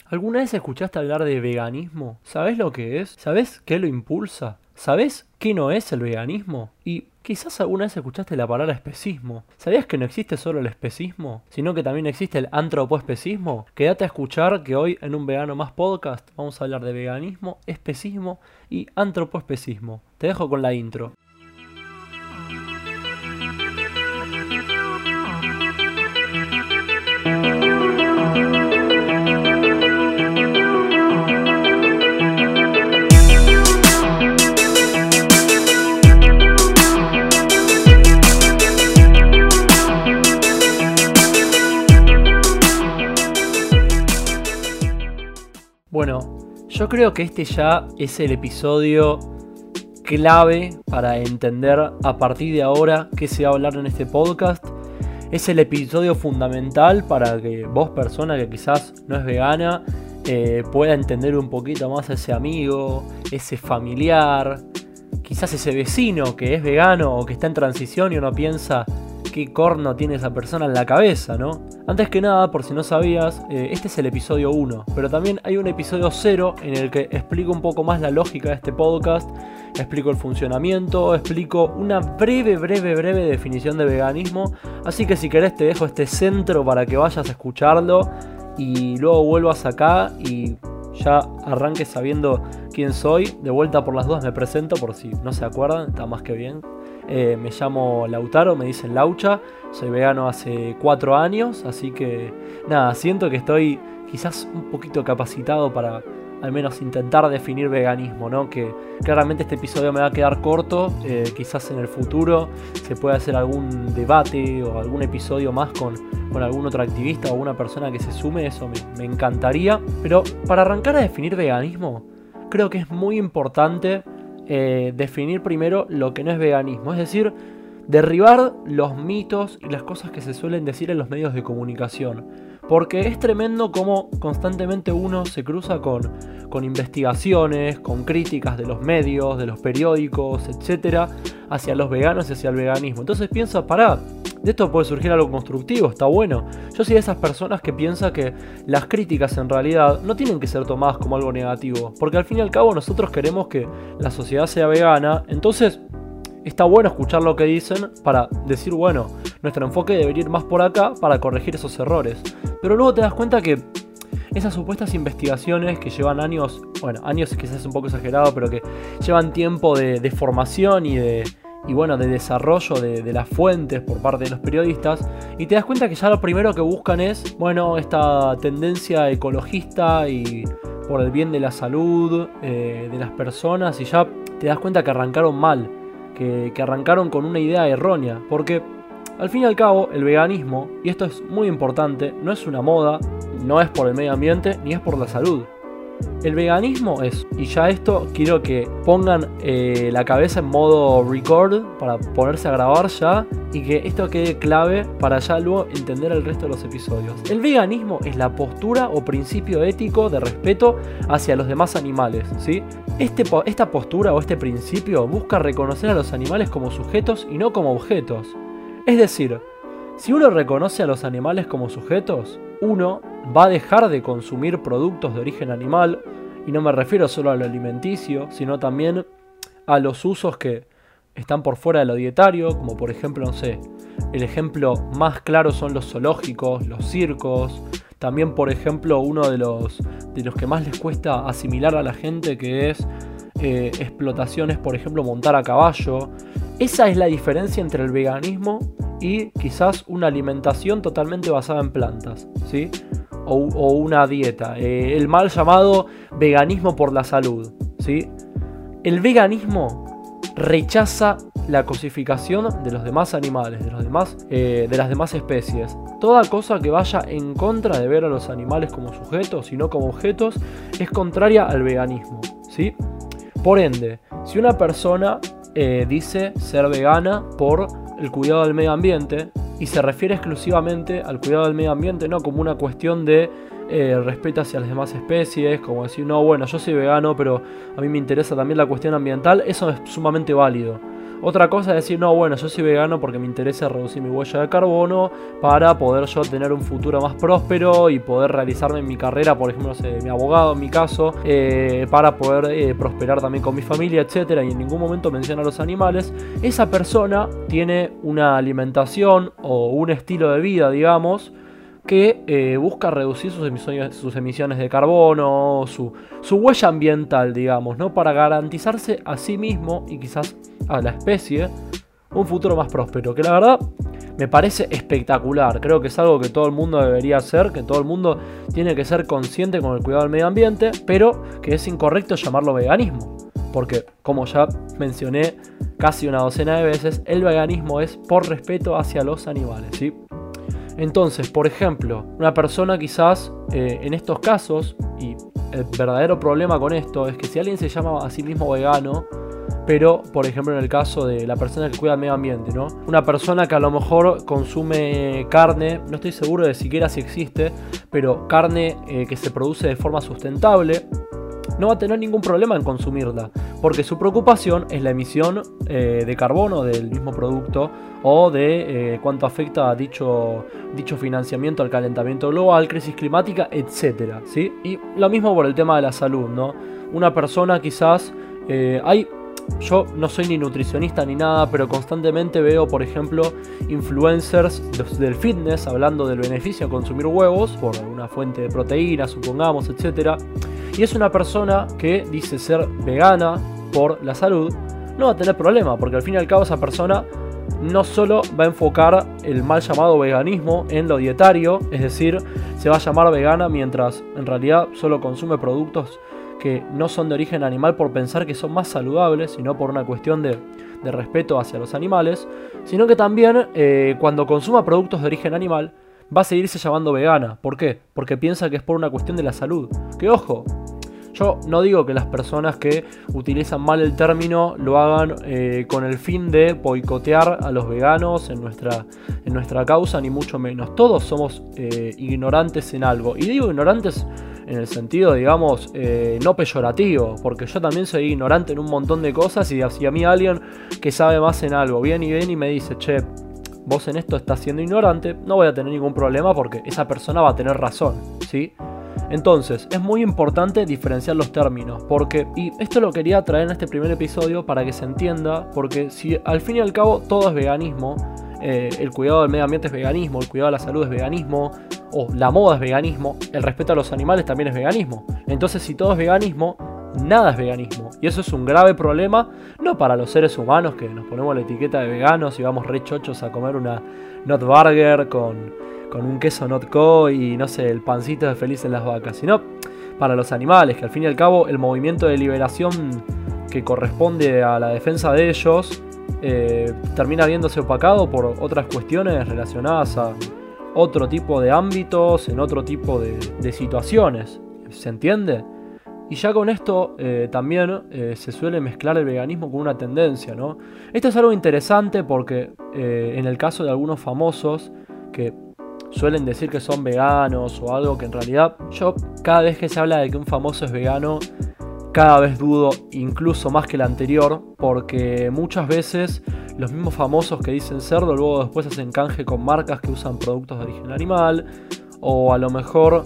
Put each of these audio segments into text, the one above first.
¿Alguna vez escuchaste hablar de veganismo? ¿Sabés lo que es? ¿Sabés qué lo impulsa? ¿Sabés qué no es el veganismo? Y quizás alguna vez escuchaste la palabra especismo. ¿Sabías que no existe solo el especismo, sino que también existe el antropoespecismo? Quédate a escuchar que hoy en Un Vegano Más Podcast vamos a hablar de veganismo, especismo y antropoespecismo. Te dejo con la intro. Bueno, yo creo que este ya es el episodio clave para entender a partir de ahora qué se va a hablar en este podcast. Es el episodio fundamental para que vos, persona que quizás no es vegana, pueda entender un poquito más a ese amigo, ese familiar, quizás ese vecino que es vegano o que está en transición y uno piensa qué corno tiene esa persona en la cabeza, ¿no? Antes que nada, por si no sabías, este es el episodio 1, pero también hay un episodio 0 en el que explico un poco más la lógica de este podcast, explico el funcionamiento, explico una breve definición de veganismo, así que si querés te dejo este centro para que vayas a escucharlo y luego vuelvas acá y ya arranques sabiendo quién soy. De vuelta por las dudas me presento por si no se acuerdan, está más que bien. Me llamo Lautaro, me dicen Laucha, soy vegano hace 4 años, así que nada, siento que estoy quizás un poquito capacitado para al menos intentar definir veganismo, ¿no? Que claramente este episodio me va a quedar corto, quizás en el futuro se pueda hacer algún debate o algún episodio más con algún otro activista o alguna persona que se sume, eso me encantaría. Pero para arrancar a definir veganismo, creo que es muy importante definir primero lo que no es veganismo, es decir, derribar los mitos y las cosas que se suelen decir en los medios de comunicación, porque es tremendo cómo constantemente uno se cruza con investigaciones, con críticas de los medios, de los periódicos, etcétera, hacia los veganos y hacia el veganismo. Entonces piensa, pará, de esto puede surgir algo constructivo, está bueno. Yo soy de esas personas que piensa que las críticas en realidad no tienen que ser tomadas como algo negativo, porque al fin y al cabo nosotros queremos que la sociedad sea vegana, entonces está bueno escuchar lo que dicen para decir, bueno, nuestro enfoque debería ir más por acá para corregir esos errores. Pero luego te das cuenta que esas supuestas investigaciones que llevan años, bueno, años quizás es un poco exagerado, pero que llevan tiempo de formación y de desarrollo de las fuentes por parte de los periodistas, y te das cuenta que ya lo primero que buscan es, bueno, esta tendencia ecologista y por el bien de la salud de las personas, y ya te das cuenta que arrancaron mal, que arrancaron con una idea errónea, porque al fin y al cabo el veganismo, y esto es muy importante, no es una moda, no es por el medio ambiente, ni es por la salud. El veganismo es, y ya esto quiero que pongan la cabeza en modo record para ponerse a grabar ya, y que esto quede clave para ya luego entender el resto de los episodios. El veganismo es la postura o principio ético de respeto hacia los demás animales, ¿sí? Esta postura o este principio busca reconocer a los animales como sujetos y no como objetos. Es decir, si uno reconoce a los animales como sujetos, uno va a dejar de consumir productos de origen animal, y no me refiero solo a lo alimenticio, sino también a los usos que están por fuera de lo dietario, como por ejemplo, no sé, el ejemplo más claro son los zoológicos, los circos, también por ejemplo uno de los que más les cuesta asimilar a la gente, que es explotaciones, por ejemplo montar a caballo. Esa es la diferencia entre el veganismo y quizás una alimentación totalmente basada en plantas, ¿sí? O una dieta, el mal llamado veganismo por la salud, ¿sí? El veganismo rechaza la cosificación de los demás animales, de las demás especies. Toda cosa que vaya en contra de ver a los animales como sujetos y no como objetos es contraria al veganismo, ¿sí? Por ende, si una persona dice ser vegana por el cuidado del medio ambiente, y se refiere exclusivamente al cuidado del medio ambiente, no como una cuestión de respeto hacia las demás especies, como decir, no, bueno, yo soy vegano, pero a mí me interesa también la cuestión ambiental, eso es sumamente válido. Otra cosa es decir, no, bueno, yo soy vegano porque me interesa reducir mi huella de carbono para poder yo tener un futuro más próspero y poder realizarme en mi carrera, por ejemplo, no sé, mi abogado en mi caso, para poder prosperar también con mi familia, etcétera, y en ningún momento menciona a los animales. Esa persona tiene una alimentación o un estilo de vida, digamos, que busca reducir sus emisiones de carbono, su huella ambiental, digamos, ¿no? Para garantizarse a sí mismo y quizás a la especie un futuro más próspero, que la verdad me parece espectacular. Creo que es algo que todo el mundo debería hacer, que todo el mundo tiene que ser consciente con el cuidado del medio ambiente, pero que es incorrecto llamarlo veganismo, porque como ya mencioné casi una docena de veces, el veganismo es por respeto hacia los animales, ¿sí? Entonces, por ejemplo, una persona quizás en estos casos, y el verdadero problema con esto es que si alguien se llama a sí mismo vegano, pero por ejemplo en el caso de la persona que cuida el medio ambiente, ¿no? Una persona que a lo mejor consume carne, no estoy seguro de siquiera si existe, pero carne que se produce de forma sustentable, no va a tener ningún problema en consumirla, porque su preocupación es la emisión de carbono del mismo producto o de cuánto afecta a dicho financiamiento al calentamiento global, crisis climática, etc., ¿sí? Y lo mismo por el tema de la salud, ¿no? Una persona quizás yo no soy ni nutricionista ni nada, pero constantemente veo, por ejemplo, influencers del fitness hablando del beneficio de consumir huevos por una fuente de proteína, supongamos, etc. Y es una persona que dice ser vegana por la salud, no va a tener problema, porque al fin y al cabo esa persona no solo va a enfocar el mal llamado veganismo en lo dietario, es decir, se va a llamar vegana mientras en realidad solo consume productos que no son de origen animal por pensar que son más saludables, sino por una cuestión de respeto hacia los animales, sino que también cuando consuma productos de origen animal va a seguirse llamando vegana. ¿Por qué? Porque piensa que es por una cuestión de la salud. Que ojo, yo no digo que las personas que utilizan mal el término lo hagan con el fin de boicotear a los veganos en nuestra causa, ni mucho menos. Todos somos ignorantes en algo. Y digo ignorantes en el sentido, digamos, no peyorativo, porque yo también soy ignorante en un montón de cosas y si a mí alguien que sabe más en algo viene y me dice, che, vos en esto estás siendo ignorante, no voy a tener ningún problema porque esa persona va a tener razón, ¿sí? Entonces, es muy importante diferenciar los términos, y esto lo quería traer en este primer episodio para que se entienda, porque si al fin y al cabo todo es veganismo, el cuidado del medio ambiente es veganismo, el cuidado de la salud es veganismo, o la moda es veganismo, el respeto a los animales también es veganismo. Entonces, si todo es veganismo, nada es veganismo. Y eso es un grave problema, no para los seres humanos que nos ponemos la etiqueta de veganos y vamos re chochos a comer una Not Burger con un queso Not Co y no sé, el pancito de Feliz en las Vacas, sino para los animales, que al fin y al cabo el movimiento de liberación que corresponde a la defensa de ellos termina viéndose opacado por otras cuestiones relacionadas a otro tipo de ámbitos, en otro tipo de situaciones. ¿Se entiende? Y ya con esto también se suele mezclar el veganismo con una tendencia, ¿no? Esto es algo interesante porque en el caso de algunos famosos que suelen decir que son veganos o algo, que en realidad yo cada vez que se habla de que un famoso es vegano, cada vez dudo incluso más que el anterior, porque muchas veces los mismos famosos que dicen serlo luego después hacen canje con marcas que usan productos de origen animal, o a lo mejor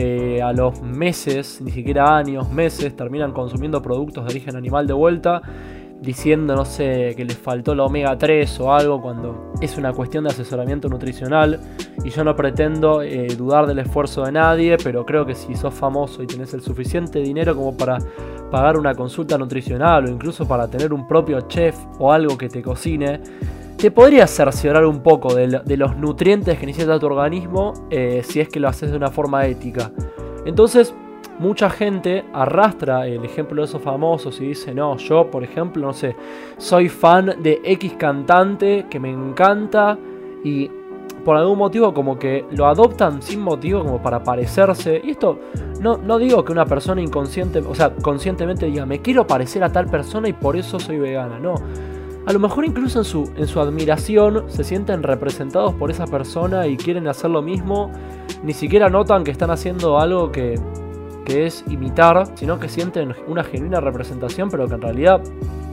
a los meses, ni siquiera años, meses, terminan consumiendo productos de origen animal de vuelta, diciendo, no sé, que les faltó la omega 3 o algo, cuando es una cuestión de asesoramiento nutricional. Y yo no pretendo dudar del esfuerzo de nadie, pero creo que si sos famoso y tenés el suficiente dinero como para pagar una consulta nutricional o incluso para tener un propio chef o algo que te cocine, te podrías cerciorar un poco de los nutrientes que necesita tu organismo si es que lo haces de una forma ética. Entonces, mucha gente arrastra el ejemplo de esos famosos y dice, no, yo por ejemplo, no sé, soy fan de X cantante que me encanta y por algún motivo como que lo adoptan sin motivo como para parecerse. Y esto no digo que una persona inconsciente, o sea, conscientemente diga, me quiero parecer a tal persona y por eso soy vegana, no. A lo mejor incluso en su admiración se sienten representados por esa persona y quieren hacer lo mismo, ni siquiera notan que están haciendo algo que es imitar, sino que sienten una genuina representación, pero que en realidad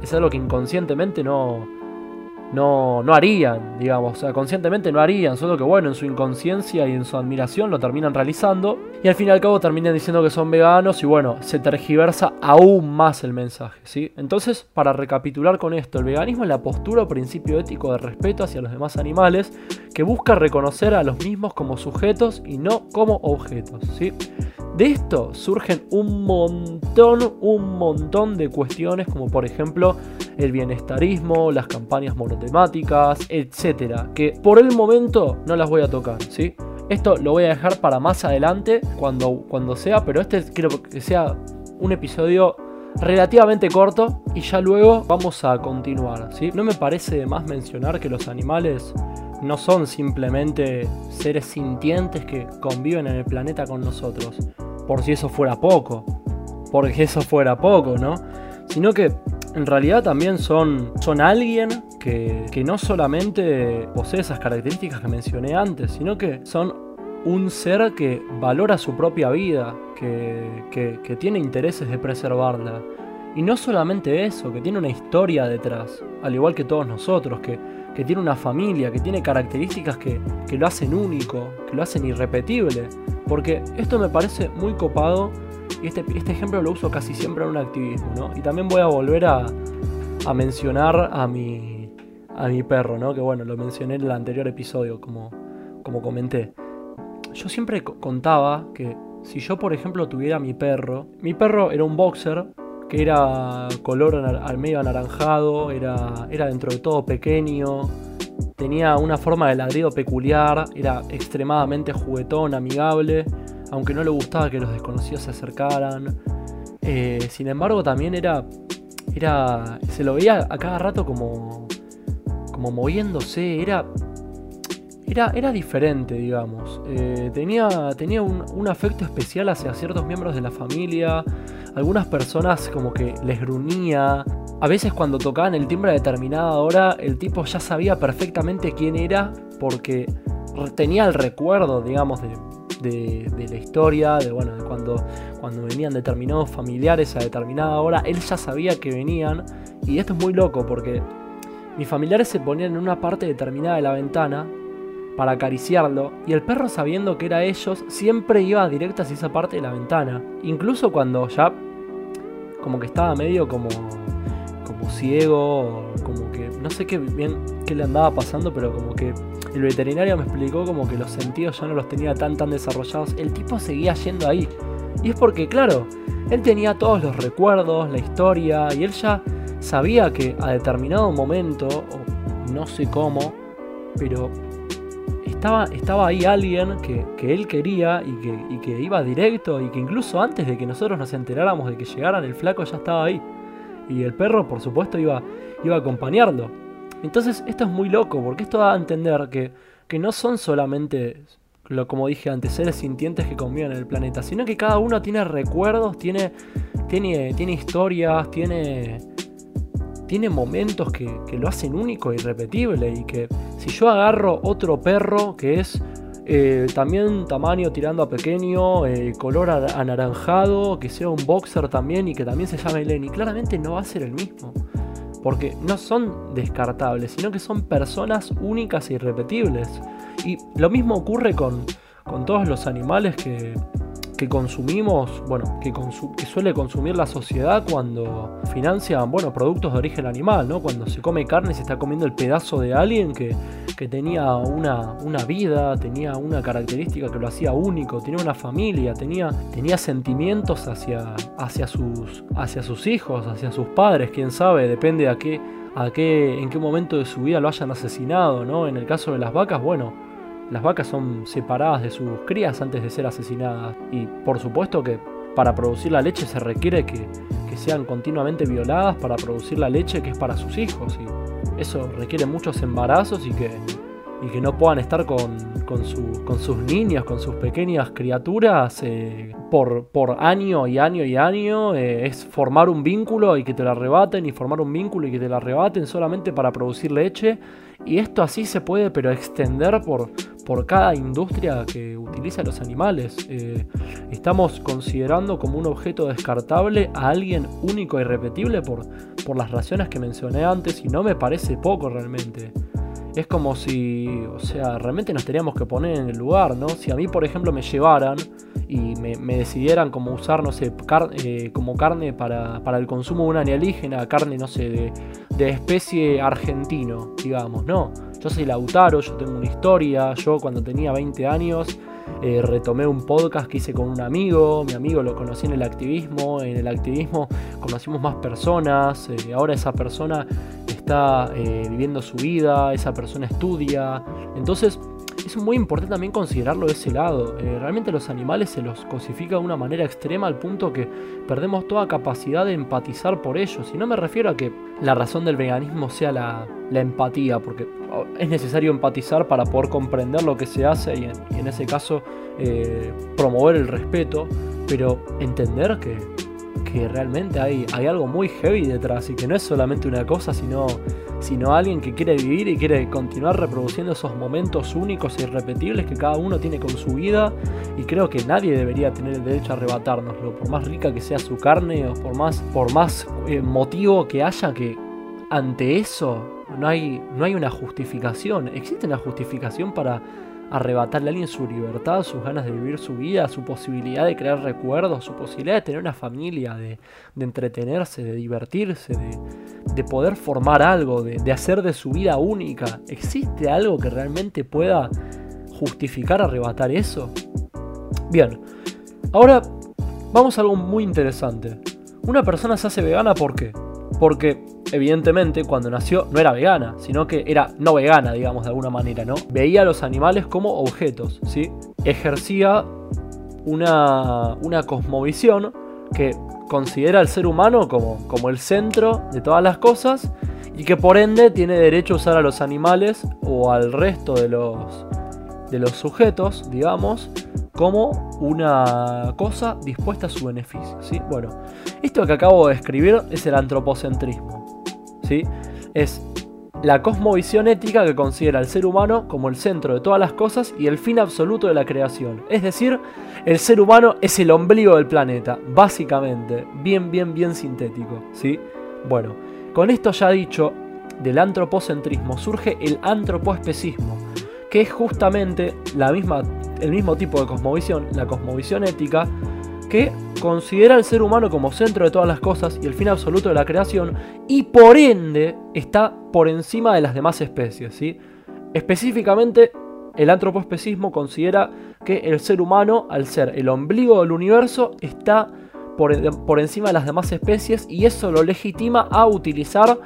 es algo que inconscientemente no harían, digamos, o sea, conscientemente no harían, solo que bueno, en su inconsciencia y en su admiración lo terminan realizando, y al fin y al cabo terminan diciendo que son veganos, y bueno, se tergiversa aún más el mensaje, ¿sí? Entonces, para recapitular con esto, el veganismo es la postura o principio ético de respeto hacia los demás animales, que busca reconocer a los mismos como sujetos y no como objetos, ¿sí? De esto surgen un montón de cuestiones, como por ejemplo el bienestarismo, las campañas monotemáticas, etcétera, que por el momento no las voy a tocar, ¿sí? Esto lo voy a dejar para más adelante, cuando sea, pero este quiero que sea un episodio relativamente corto y ya luego vamos a continuar, ¿sí? No me parece de más mencionar que los animales no son simplemente seres sintientes que conviven en el planeta con nosotros, por si eso fuera poco, ¿no? Sino que en realidad también son alguien que no solamente posee esas características que mencioné antes, sino que son un ser que valora su propia vida, que tiene intereses de preservarla. Y no solamente eso, que tiene una historia detrás, al igual que todos nosotros, que tiene una familia, que tiene características que lo hacen único, que lo hacen irrepetible. Porque esto me parece muy copado, y este ejemplo lo uso casi siempre en un activismo, ¿no? Y también voy a volver a mencionar a mi perro, ¿no? Que bueno, lo mencioné en el anterior episodio, como comenté. Yo siempre contaba que si yo, por ejemplo, tuviera mi perro era un boxer, que era color al medio anaranjado, era dentro de todo pequeño, tenía una forma de ladrido peculiar, era extremadamente juguetón, amigable, aunque no le gustaba que los desconocidos se acercaran. Sin embargo, también se lo veía a cada rato como moviéndose, era diferente, digamos. Tenía un afecto especial hacia ciertos miembros de la familia. Algunas personas como que les gruñía. A veces cuando tocaban el timbre a determinada hora, el tipo ya sabía perfectamente quién era, porque tenía el recuerdo, digamos, de la historia, de cuando venían determinados familiares a determinada hora, él ya sabía que venían. Y esto es muy loco, porque mis familiares se ponían en una parte determinada de la ventana para acariciarlo, y el perro, sabiendo que era ellos, siempre iba directo hacia esa parte de la ventana. Incluso cuando ya como que estaba medio como ciego, como que no sé qué le andaba pasando, pero como que el veterinario me explicó como que los sentidos ya no los tenía tan desarrollados. El tipo seguía yendo ahí, y es porque, claro, él tenía todos los recuerdos, la historia, y él ya sabía que a determinado momento, o no sé cómo, pero estaba ahí alguien que él quería y que iba directo, y que incluso antes de que nosotros nos enteráramos de que llegaran, el flaco ya estaba ahí. Y el perro, por supuesto, iba a acompañarlo. Entonces esto es muy loco, porque esto da a entender que no son solamente, como dije antes, seres sintientes que conviven en el planeta, sino que cada uno tiene recuerdos, tiene historias, tiene momentos que lo hacen único e irrepetible. Y que si yo agarro otro perro que es también tamaño tirando a pequeño, color anaranjado, que sea un boxer también y que también se llame Lenny, claramente no va a ser el mismo, porque no son descartables, sino que son personas únicas e irrepetibles. Y lo mismo ocurre con todos los animales que consumimos, que suele consumir la sociedad cuando financian, productos de origen animal, ¿no? Cuando se come carne, se está comiendo el pedazo de alguien que tenía una vida, tenía una característica que lo hacía único, tenía una familia, tenía sentimientos hacia sus hijos, hacia sus padres, quién sabe, depende en qué momento de su vida lo hayan asesinado, ¿no? En el caso de las vacas, las vacas son separadas de sus crías antes de ser asesinadas. Y por supuesto que para producir la leche se requiere que sean continuamente violadas para producir la leche que es para sus hijos. Y eso requiere muchos embarazos y y que no puedan estar con sus niños, con sus pequeñas criaturas por año y año y año. Es formar un vínculo y que te la arrebaten, y formar un vínculo y que te la arrebaten solamente para producir leche. Y esto así se puede, pero extender por cada industria que utiliza los animales. Estamos considerando como un objeto descartable a alguien único e irrepetible por las razones que mencioné antes, y no me parece poco realmente. Es como si, o sea, realmente nos teníamos que poner en el lugar, ¿no? Si a mí, por ejemplo, me llevaran y me decidieran como usar, no sé, como carne para el consumo de un alienígena, carne, no sé, de especie argentino, digamos, ¿no? Yo soy Lautaro, yo tengo una historia. Yo cuando tenía 20 años retomé un podcast que hice con un amigo. Mi amigo lo conocí en el activismo conocimos más personas. Ahora esa persona está viviendo su vida, esa persona estudia. Entonces es muy importante también considerarlo de ese lado. Realmente los animales se los cosifica de una manera extrema al punto que perdemos toda capacidad de empatizar por ellos. Y no me refiero a que la razón del veganismo sea la empatía, porque es necesario empatizar para poder comprender lo que se hace y en ese caso promover el respeto, pero entender que realmente hay algo muy heavy detrás y que no es solamente una cosa, sino alguien que quiere vivir y quiere continuar reproduciendo esos momentos únicos e irrepetibles que cada uno tiene con su vida. Y creo que nadie debería tener el derecho a arrebatárnoslo, por más rica que sea su carne o por más motivo que haya. Que ante eso no hay una justificación. ¿Existe una justificación para arrebatarle a alguien su libertad, sus ganas de vivir su vida, su posibilidad de crear recuerdos, su posibilidad de tener una familia, de entretenerse, de divertirse, de poder formar algo, de hacer de su vida única? ¿Existe algo que realmente pueda justificar arrebatar eso? Bien, ahora vamos a algo muy interesante. Una persona se hace vegana, ¿por qué? Porque evidentemente cuando nació no era vegana, sino que era no vegana, digamos, de alguna manera, ¿no? Veía a los animales como objetos, ¿sí? Ejercía una cosmovisión que considera al ser humano como el centro de todas las cosas, y que por ende tiene derecho a usar a los animales o al resto de los sujetos, digamos, como una cosa dispuesta a su beneficio, ¿sí? Bueno, esto que acabo de describir es el antropocentrismo, ¿sí? Es la cosmovisión ética que considera al ser humano como el centro de todas las cosas y el fin absoluto de la creación. Es decir, el ser humano es el ombligo del planeta, básicamente, bien sintético, ¿sí? Bueno, con esto ya dicho del antropocentrismo surge el antropoespecismo, que es justamente el mismo tipo de cosmovisión, la cosmovisión ética, que considera al ser humano como centro de todas las cosas y el fin absoluto de la creación, y por ende está por encima de las demás especies, ¿sí? Específicamente, el antropoespecismo considera que el ser humano, al ser el ombligo del universo, está por encima de las demás especies, y eso lo legitima a utilizarlas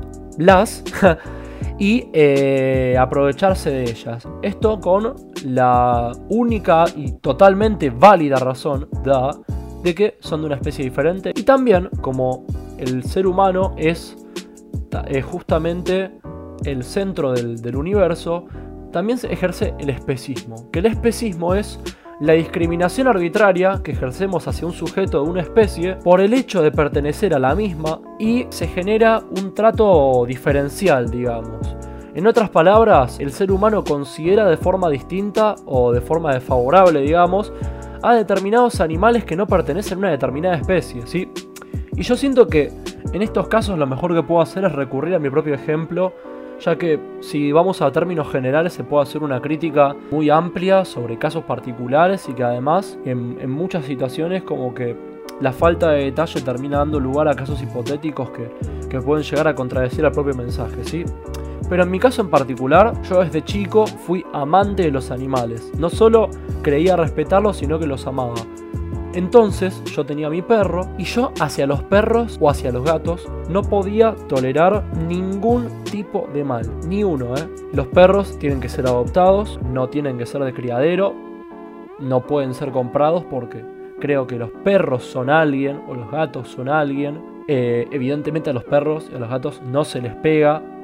y aprovecharse de ellas. Esto con la única y totalmente válida razón de que son de una especie diferente, y también como el ser humano es justamente el centro del universo, también se ejerce el especismo, que el especismo es la discriminación arbitraria que ejercemos hacia un sujeto de una especie por el hecho de pertenecer a la misma, y se genera un trato diferencial, digamos. En otras palabras, el ser humano considera de forma distinta o de forma desfavorable, digamos, a determinados animales que no pertenecen a una determinada especie, ¿sí? Y yo siento que en estos casos lo mejor que puedo hacer es recurrir a mi propio ejemplo, ya que si vamos a términos generales se puede hacer una crítica muy amplia sobre casos particulares, y que además en muchas situaciones como que la falta de detalle termina dando lugar a casos hipotéticos que pueden llegar a contradecir al propio mensaje, ¿sí? Pero en mi caso en particular, yo desde chico fui amante de los animales. No solo creía respetarlos, sino que los amaba. Entonces yo tenía mi perro, y yo hacia los perros o hacia los gatos no podía tolerar ningún tipo de mal, ni uno, ¿eh? Los perros tienen que ser adoptados, no tienen que ser de criadero, no pueden ser comprados, porque creo que los perros son alguien o los gatos son alguien. Evidentemente a los perros y a los gatos no se les pega,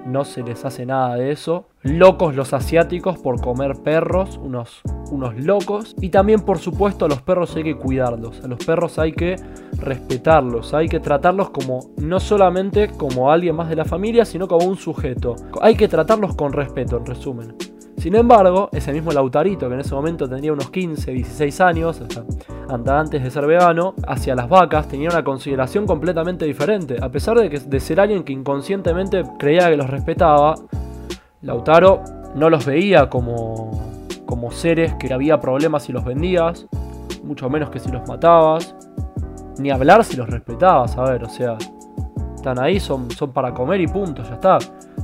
no se les hace nada de eso. Locos los asiáticos por comer perros, unos locos. Y también, por supuesto, a los perros hay que cuidarlos, a los perros hay que respetarlos, hay que tratarlos como, no solamente como alguien más de la familia, sino como un sujeto. Hay que tratarlos con respeto, en resumen. Sin embargo, ese mismo Lautarito, que en ese momento tendría unos 15, 16 años, o sea, antes de ser vegano, hacia las vacas tenía una consideración completamente diferente. A pesar de ser alguien que inconscientemente creía que los respetaba, Lautaro no los veía como seres que había problemas si los vendías, mucho menos que si los matabas, ni hablar si los respetabas. A ver, o sea, están ahí, son para comer y punto, ya está.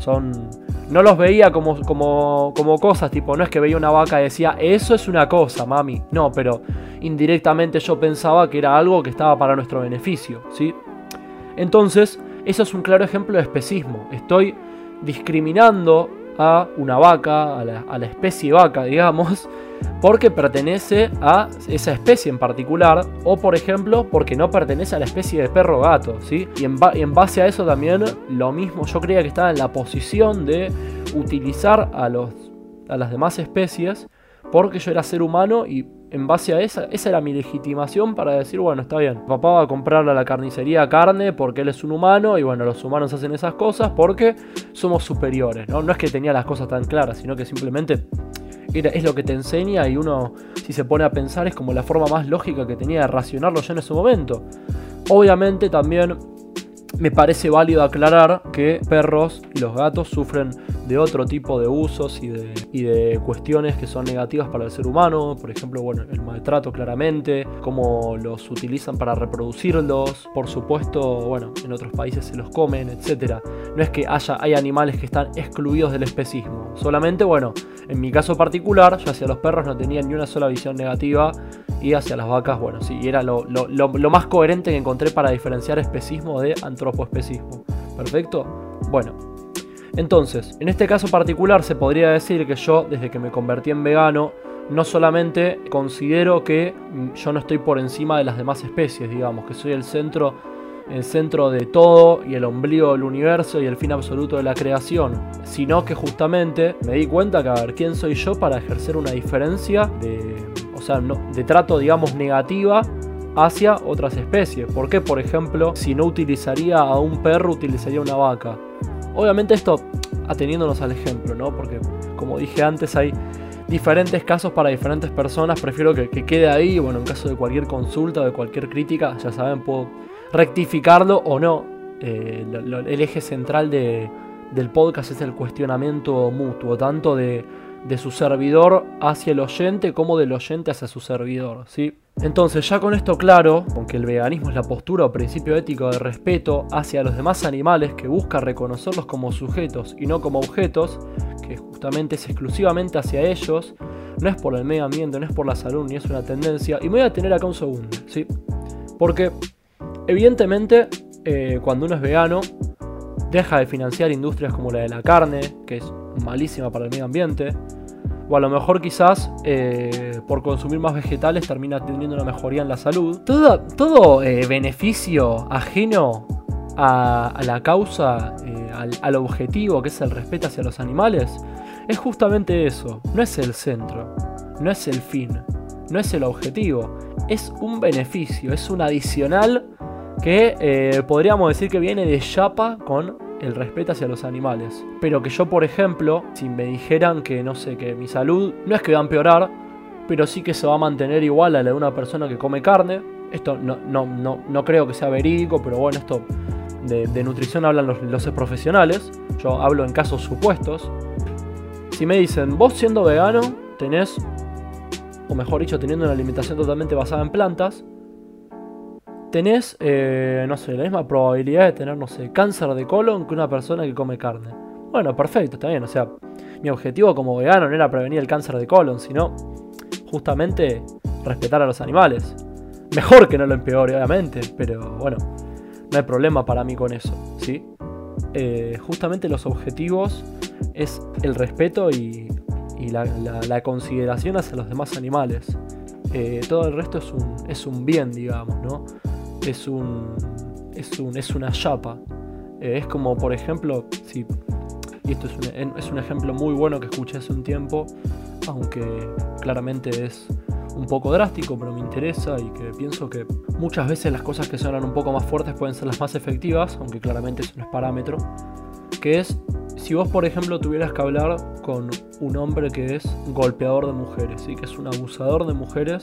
No los veía como cosas, tipo, no es que veía una vaca y decía, eso es una cosa, mami. No, pero indirectamente yo pensaba que era algo que estaba para nuestro beneficio, ¿sí? Entonces, eso es un claro ejemplo de especismo. Estoy discriminando a una vaca, a la especie vaca, digamos, porque pertenece a esa especie en particular, o por ejemplo, porque no pertenece a la especie de perro o gato, ¿sí? Y en base a eso también, lo mismo, yo creía que estaba en la posición de utilizar a las demás especies, porque yo era ser humano y en base a esa era mi legitimación para decir, bueno, está bien, papá va a comprarle a la carnicería carne porque él es un humano y bueno, los humanos hacen esas cosas porque somos superiores, ¿no? No es que tenía las cosas tan claras, sino que simplemente es lo que te enseña y uno, si se pone a pensar, es como la forma más lógica que tenía de racionarlo yo en ese momento. Obviamente también me parece válido aclarar que perros y los gatos sufren de otro tipo de usos y de cuestiones que son negativas para el ser humano. Por ejemplo, bueno, el maltrato claramente, cómo los utilizan para reproducirlos. Por supuesto, bueno, en otros países se los comen, etc. No es que hay animales que están excluidos del especismo. Solamente, bueno, en mi caso particular, yo hacia los perros no tenía ni una sola visión negativa. Y hacia las vacas, bueno, sí, era lo más coherente que encontré para diferenciar especismo de antropoespecismo. ¿Perfecto? Bueno, entonces, en este caso particular se podría decir que yo, desde que me convertí en vegano, no solamente considero que yo no estoy por encima de las demás especies, digamos, que soy el centro de todo y el ombligo del universo y el fin absoluto de la creación, sino que justamente me di cuenta que, a ver, ¿quién soy yo para ejercer una diferencia de trato, digamos, negativa hacia otras especies? ¿Por qué, por ejemplo, si no utilizaría a un perro, utilizaría una vaca? Obviamente esto ateniéndonos al ejemplo, ¿no? Porque, como dije antes, hay diferentes casos para diferentes personas. Prefiero que quede ahí. Bueno, en caso de cualquier consulta o de cualquier crítica, ya saben, puedo rectificarlo o no. El eje central del podcast es el cuestionamiento mutuo, tanto de su servidor hacia el oyente como del oyente hacia su servidor, ¿sí? Entonces, ya con esto claro, aunque el veganismo es la postura o principio ético de respeto hacia los demás animales que busca reconocerlos como sujetos y no como objetos, que justamente es exclusivamente hacia ellos, no es por el medio ambiente, no es por la salud, ni es una tendencia. Y me voy a detener acá un segundo, ¿sí? Porque evidentemente cuando uno es vegano deja de financiar industrias como la de la carne, que es malísima para el medio ambiente, o a lo mejor quizás por consumir más vegetales termina teniendo una mejoría en la salud. Todo beneficio ajeno a la causa, al objetivo que es el respeto hacia los animales, es justamente eso. No es el centro, no es el fin, no es el objetivo, es un beneficio, es un adicional que podríamos decir que viene de chapa con el respeto hacia los animales. Pero que yo, por ejemplo, si me dijeran que, no sé, que mi salud no es que va a empeorar, pero sí que se va a mantener igual a la de una persona que come carne. Esto no creo que sea verídico, pero bueno, esto de nutrición hablan los profesionales. Yo hablo en casos supuestos. Si me dicen, vos siendo vegano tenés, o mejor dicho, teniendo una alimentación totalmente basada en plantas, tenés, no sé, la misma probabilidad de tener, no sé, cáncer de colon que una persona que come carne. Bueno, perfecto, está bien. O sea, mi objetivo como vegano no era prevenir el cáncer de colon, sino justamente respetar a los animales. Mejor que no lo empeore, obviamente, pero bueno, no hay problema para mí con eso, ¿sí? Justamente los objetivos es el respeto y la consideración hacia los demás animales. Todo el resto es un bien, digamos, ¿no? Es una chapa. Es como, por ejemplo, si y esto es un ejemplo muy bueno que escuché hace un tiempo, aunque claramente es un poco drástico, pero me interesa y que pienso que muchas veces las cosas que suenan un poco más fuertes pueden ser las más efectivas, aunque claramente eso no es parámetro, que es, si vos por ejemplo tuvieras que hablar con un hombre que es golpeador de mujeres, ¿sí? Que es un abusador de mujeres,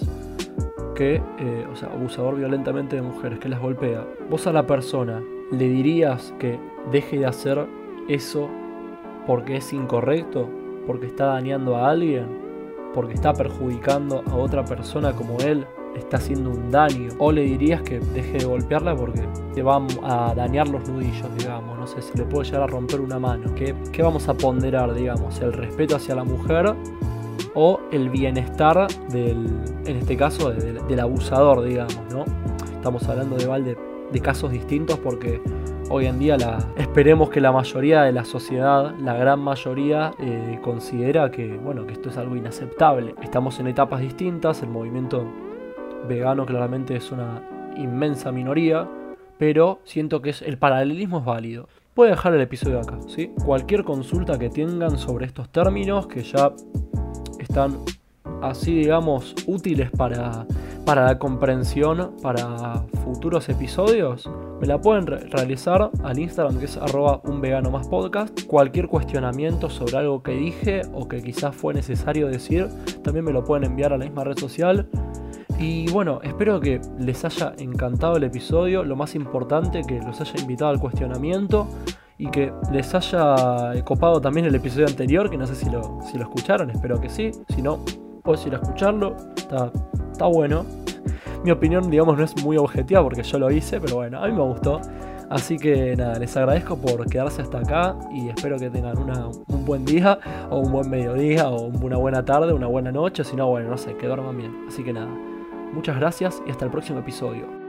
abusador violentamente de mujeres, que las golpea, vos a la persona le dirías que deje de hacer eso porque es incorrecto, porque está dañando a alguien, porque está perjudicando a otra persona como él, le está haciendo un daño, o le dirías que deje de golpearla porque te va a dañar los nudillos, digamos, no sé, si le puede llegar a romper una mano? ¿Qué vamos a ponderar, digamos? ¿El respeto hacia la mujer o el bienestar en este caso, del abusador, digamos, ¿no? Estamos hablando de casos distintos porque hoy en día esperemos que la mayoría de la sociedad, la gran mayoría, considera que esto es algo inaceptable. Estamos en etapas distintas, el movimiento vegano claramente es una inmensa minoría, pero siento que el paralelismo es válido. Voy a dejar el episodio acá, ¿sí? Cualquier consulta que tengan sobre estos términos, que ya están así, digamos, útiles para la comprensión, para futuros episodios, me la pueden realizar al Instagram, que es @unveganomaspodcast. Cualquier cuestionamiento sobre algo que dije o que quizás fue necesario decir, también me lo pueden enviar a la misma red social. Y bueno, espero que les haya encantado el episodio, lo más importante, que los haya invitado al cuestionamiento y que les haya copado también el episodio anterior, que no sé si lo escucharon, espero que sí. Si no, puedes ir a escucharlo, está bueno. Mi opinión, digamos, no es muy objetiva porque yo lo hice, pero bueno, a mí me gustó. Así que nada, les agradezco por quedarse hasta acá y espero que tengan un buen día o un buen mediodía o una buena tarde, una buena noche, si no, bueno, no sé, que duerman bien. Así que nada, muchas gracias y hasta el próximo episodio.